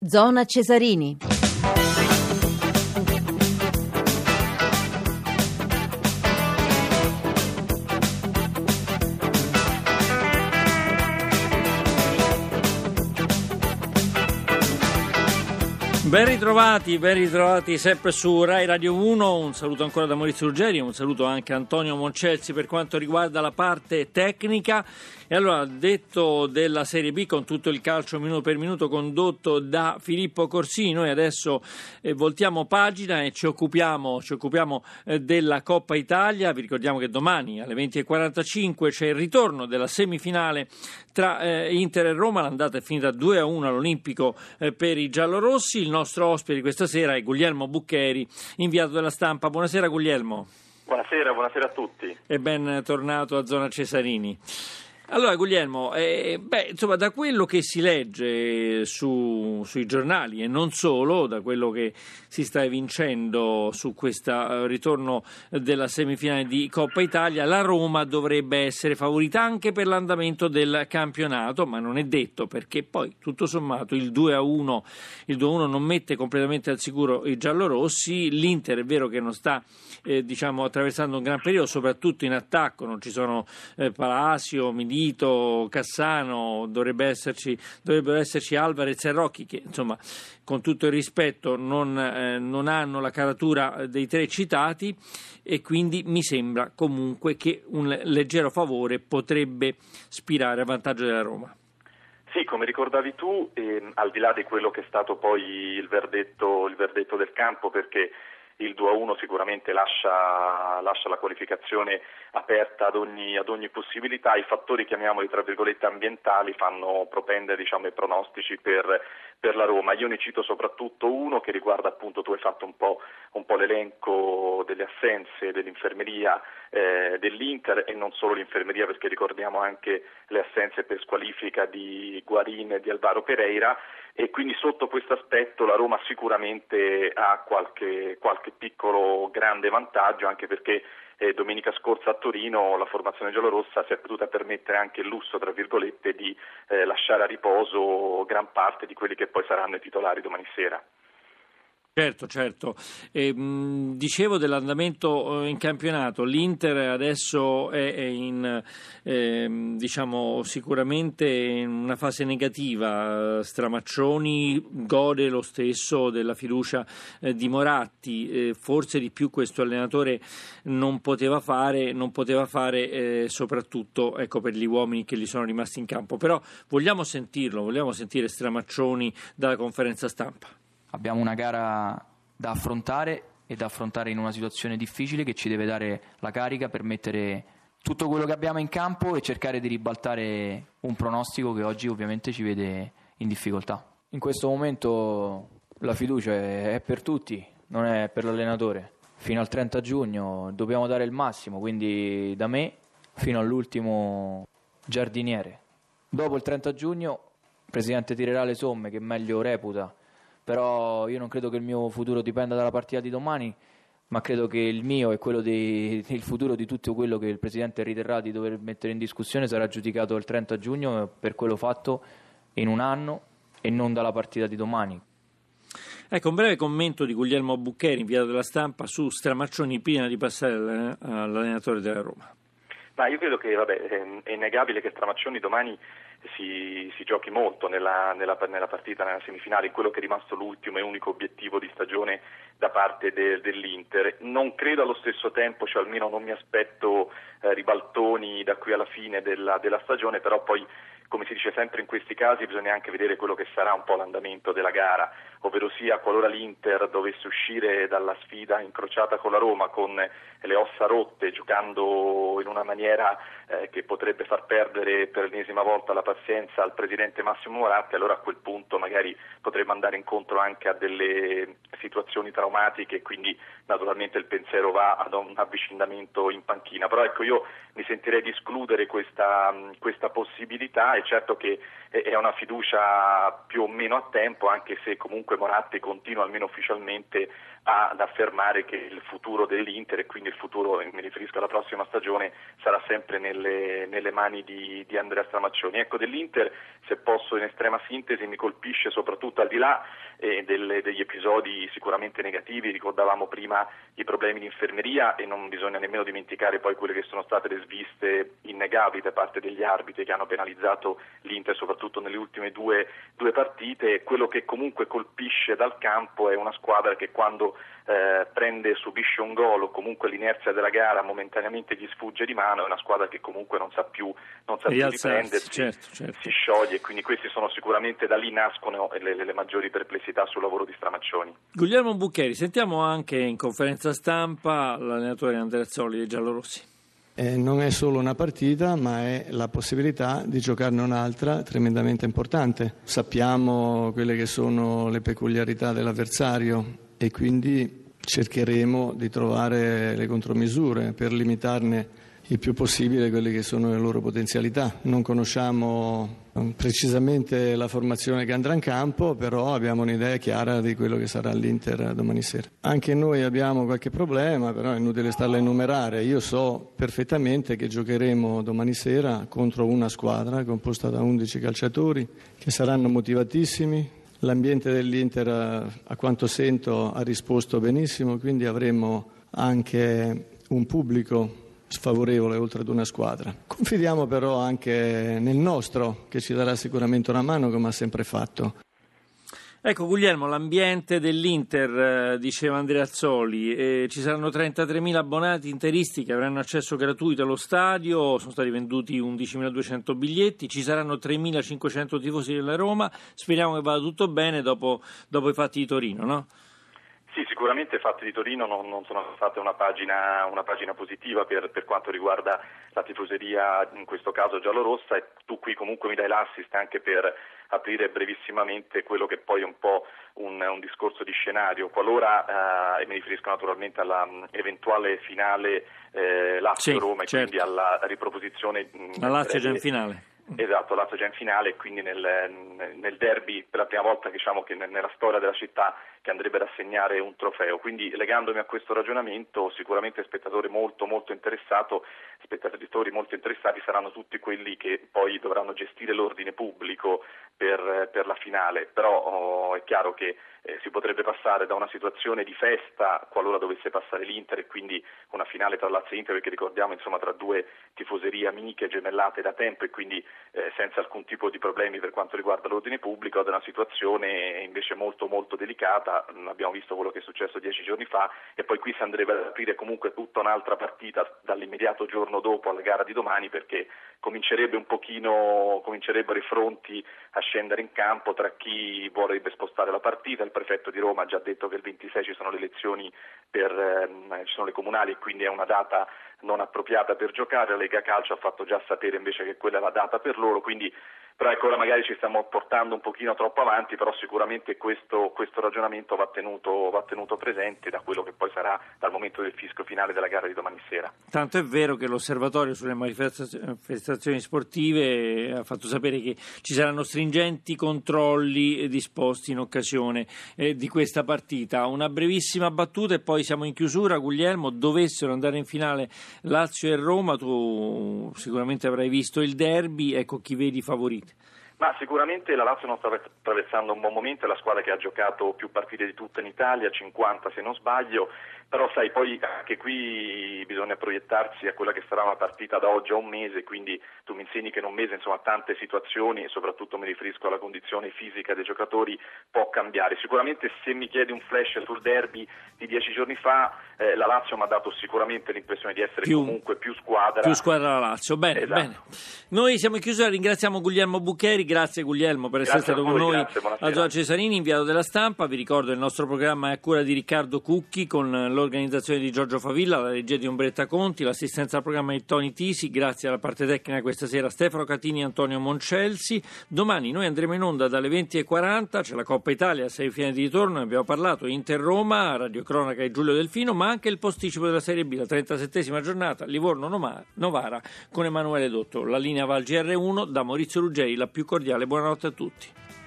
Zona Cesarini. Ben ritrovati sempre su Rai Radio 1, un saluto ancora da Maurizio Ruggeri, un saluto anche a Antonio Moncelsi per quanto riguarda la parte tecnica. E allora, detto della Serie B con tutto il calcio minuto per minuto condotto da Filippo Corsini, noi adesso voltiamo pagina e ci occupiamo della Coppa Italia. Vi ricordiamo che domani alle 20:45 c'è il ritorno della semifinale tra Inter e Roma. L'andata è finita 2-1 all'Olimpico per i giallorossi. Il nostro ospite di questa sera è Guglielmo Buccheri, inviato della Stampa. Buonasera Guglielmo. Buonasera a tutti. E ben tornato a Zona Cesarini. Allora Guglielmo, insomma, da quello che si legge sui giornali e non solo, da quello che si sta evincendo su questo ritorno della semifinale di Coppa Italia, la Roma dovrebbe essere favorita anche per l'andamento del campionato, ma non è detto, perché poi tutto sommato il 2-1 non mette completamente al sicuro i giallorossi. L'Inter è vero che non sta attraversando un gran periodo, soprattutto in attacco, non ci sono Palacio, Milito, Cassano, dovrebbero esserci Alvarez e Rocchi, che insomma con tutto il rispetto non hanno la caratura dei tre citati, e quindi mi sembra comunque che un leggero favore potrebbe spirare a vantaggio della Roma. Sì, come ricordavi tu, al di là di quello che è stato poi il verdetto del campo, perché il 2-1 sicuramente lascia la qualificazione aperta ad ogni possibilità. I fattori, chiamiamoli tra virgolette ambientali, fanno propendere i pronostici per la Roma. Io ne cito soprattutto uno che riguarda, appunto, tu hai fatto un po' l'elenco delle assenze dell'infermeria dell'Inter, e non solo l'infermeria, perché ricordiamo anche le assenze per squalifica di Guarin e di Alvaro Pereira, e quindi sotto questo aspetto la Roma sicuramente ha qualche piccolo grande vantaggio, anche perché domenica scorsa a Torino la formazione giallorossa si è potuta permettere anche il lusso, tra virgolette, di lasciare a riposo gran parte di quelli che poi saranno i titolari domani sera. Certo. Dicevo dell'andamento in campionato. L'Inter adesso è sicuramente in una fase negativa. Stramaccioni gode lo stesso della fiducia di Moratti, forse di più questo allenatore non poteva fare soprattutto per gli uomini che gli sono rimasti in campo. Però vogliamo sentire Stramaccioni dalla conferenza stampa. Abbiamo una gara da affrontare e da affrontare in una situazione difficile che ci deve dare la carica per mettere tutto quello che abbiamo in campo e cercare di ribaltare un pronostico che oggi ovviamente ci vede in difficoltà. In questo momento la fiducia è per tutti, non è per l'allenatore. Fino al 30 giugno dobbiamo dare il massimo, quindi da me fino all'ultimo giardiniere. Dopo il 30 giugno il Presidente tirerà le somme che meglio reputa. Però io non credo che il mio futuro dipenda dalla partita di domani, ma credo che il mio e il futuro di tutto quello che il Presidente riterrà di dover mettere in discussione sarà giudicato il 30 giugno per quello fatto in un anno e non dalla partita di domani. Ecco, un breve commento di Guglielmo Buccheri, inviato della Stampa, su Stramaccioni prima di passare all'allenatore della Roma. Ma io credo che è innegabile che Stramaccioni domani si giochi molto nella partita, nella semifinale, in quello che è rimasto l'ultimo e unico obiettivo di stagione da parte dell'Inter. Non credo allo stesso tempo, cioè almeno non mi aspetto ribaltoni da qui alla fine della stagione, però poi, come si dice sempre in questi casi, bisogna anche vedere quello che sarà un po' l'andamento della gara, ovvero sia qualora l'Inter dovesse uscire dalla sfida incrociata con la Roma con le ossa rotte, giocando in una maniera che potrebbe far perdere per l'ennesima volta la pazienza al presidente Massimo Moratti, allora a quel punto magari potremmo andare incontro anche a delle situazioni traumatiche, e quindi naturalmente il pensiero va ad un avvicendamento in panchina. Però io mi sentirei di escludere questa possibilità, è certo che è una fiducia più o meno a tempo, anche se comunque Moratti continua almeno ufficialmente ad affermare che il futuro dell'Inter, e quindi il futuro, mi riferisco alla prossima stagione, sarà sempre nelle mani di Andrea Stramaccioni. Ecco, dell'Inter, se posso in estrema sintesi, mi colpisce soprattutto, al di là degli episodi sicuramente negativi, ricordavamo prima i problemi di infermeria, e non bisogna nemmeno dimenticare poi quelle che sono state le sviste innegabili da parte degli arbitri che hanno penalizzato l'Inter soprattutto nelle ultime due partite. Quello che comunque colpisce dal campo è una squadra che quando subisce un gol, o comunque l'inerzia della gara momentaneamente gli sfugge di mano, è una squadra che comunque non sa più riprendersi, certo. Si scioglie, quindi questi sono sicuramente, da lì nascono le maggiori perplessità sul lavoro di Stramaccioni. Guglielmo Buccheri, sentiamo anche in conferenza stampa l'allenatore Andreazzoli dei giallorossi. Non è solo una partita, ma è la possibilità di giocarne un'altra tremendamente importante. Sappiamo quelle che sono le peculiarità dell'avversario e quindi cercheremo di trovare le contromisure per limitarne il più possibile quelle che sono le loro potenzialità. Non conosciamo precisamente la formazione che andrà in campo, però abbiamo un'idea chiara di quello che sarà l'Inter domani sera. Anche noi abbiamo qualche problema, però è inutile starla a enumerare. Io so perfettamente che giocheremo domani sera contro una squadra composta da 11 calciatori che saranno motivatissimi. L'ambiente dell'Inter, a quanto sento, ha risposto benissimo, quindi avremo anche un pubblico sfavorevole oltre ad una squadra. Confidiamo però anche nel nostro, che ci darà sicuramente una mano, come ha sempre fatto. Ecco Guglielmo, l'ambiente dell'Inter, diceva Andreazzoli, ci saranno 33.000 abbonati interisti che avranno accesso gratuito allo stadio, sono stati venduti 11.200 biglietti, ci saranno 3.500 tifosi della Roma, speriamo che vada tutto bene dopo i fatti di Torino, no? Sì, sicuramente i fatti di Torino non sono state una pagina positiva per quanto riguarda la tifoseria, in questo caso giallorossa, e tu qui comunque mi dai l'assist anche per aprire brevissimamente quello che poi è un po' un discorso di scenario. Qualora, e mi riferisco naturalmente alla eventuale finale Lazio-Roma, certo. E quindi alla riproposizione. La Lazio è già in finale. Esatto, Lazio già in finale, e quindi nel derby per la prima volta, diciamo, che nella storia della città, che andrebbe ad assegnare un trofeo. Quindi, legandomi a questo ragionamento, sicuramente spettatori molto interessati saranno tutti quelli che poi dovranno gestire l'ordine pubblico per la finale. Però è chiaro che si potrebbe passare da una situazione di festa, qualora dovesse passare l'Inter, e quindi una finale tra Lazio e Inter, perché ricordiamo, insomma, tra due tifoserie amiche gemellate da tempo, e quindi senza alcun tipo di problemi per quanto riguarda l'ordine pubblico, ad una situazione invece molto delicata. Abbiamo visto quello che è successo 10 giorni fa, e poi qui si andrebbe ad aprire comunque tutta un'altra partita dall'immediato giorno dopo alla gara di domani, perché comincerebbero i fronti a scendere in campo tra chi vorrebbe spostare la partita. Il prefetto di Roma ha già detto che il 26 ci sono le elezioni ci sono le comunali, e quindi è una data non appropriata per giocare. La Lega Calcio ha fatto già sapere invece che quella è la data per loro, quindi però ecco, ora magari ci stiamo portando un pochino troppo avanti, però sicuramente questo ragionamento va tenuto presente da quello che poi sarà dal momento del fischio finale della gara di domani sera. Tanto è vero che l'Osservatorio sulle manifestazioni sportive ha fatto sapere che ci saranno stringenti controlli disposti in occasione di questa partita. Una brevissima battuta e poi siamo in chiusura. Guglielmo, dovessero andare in finale Lazio e Roma, tu sicuramente avrai visto il derby, ecco chi vedi favoriti? Ma sicuramente la Lazio non sta attraversando un buon momento, è la squadra che ha giocato più partite di tutte in Italia, 50 se non sbaglio, però sai, poi anche qui bisogna proiettarsi a quella che sarà una partita da oggi a un mese, quindi tu mi insegni che in un mese, insomma, tante situazioni, e soprattutto mi riferisco alla condizione fisica dei giocatori, può cambiare. Sicuramente, se mi chiedi un flash sul derby di 10 giorni fa, la Lazio mi ha dato sicuramente l'impressione di essere comunque più squadra. Più squadra la Lazio, bene, esatto. Bene. Noi siamo in chiusura, ringraziamo Guglielmo Buccheri. grazie Guglielmo per essere stato con noi a Zona Cesarini, inviato della Stampa. Vi ricordo il nostro programma è a cura di Riccardo Cucchi con l'organizzazione di Giorgio Favilla, la regia di Ombretta Conti, l'assistenza al programma di Toni Tisi, grazie alla parte tecnica questa sera Stefano Catini e Antonio Moncelsi. Domani noi andremo in onda dalle 20:40, c'è la Coppa Italia, 6 finali di ritorno, ne abbiamo parlato, Inter-Roma, radiocronaca di Giulio Delfino, ma anche il posticipo della Serie B, la 37esima giornata, Livorno-Novara con Emanuele Dotto. La linea va al GR1 da Maurizio Ruggeri, la più cordiale buonanotte a tutti.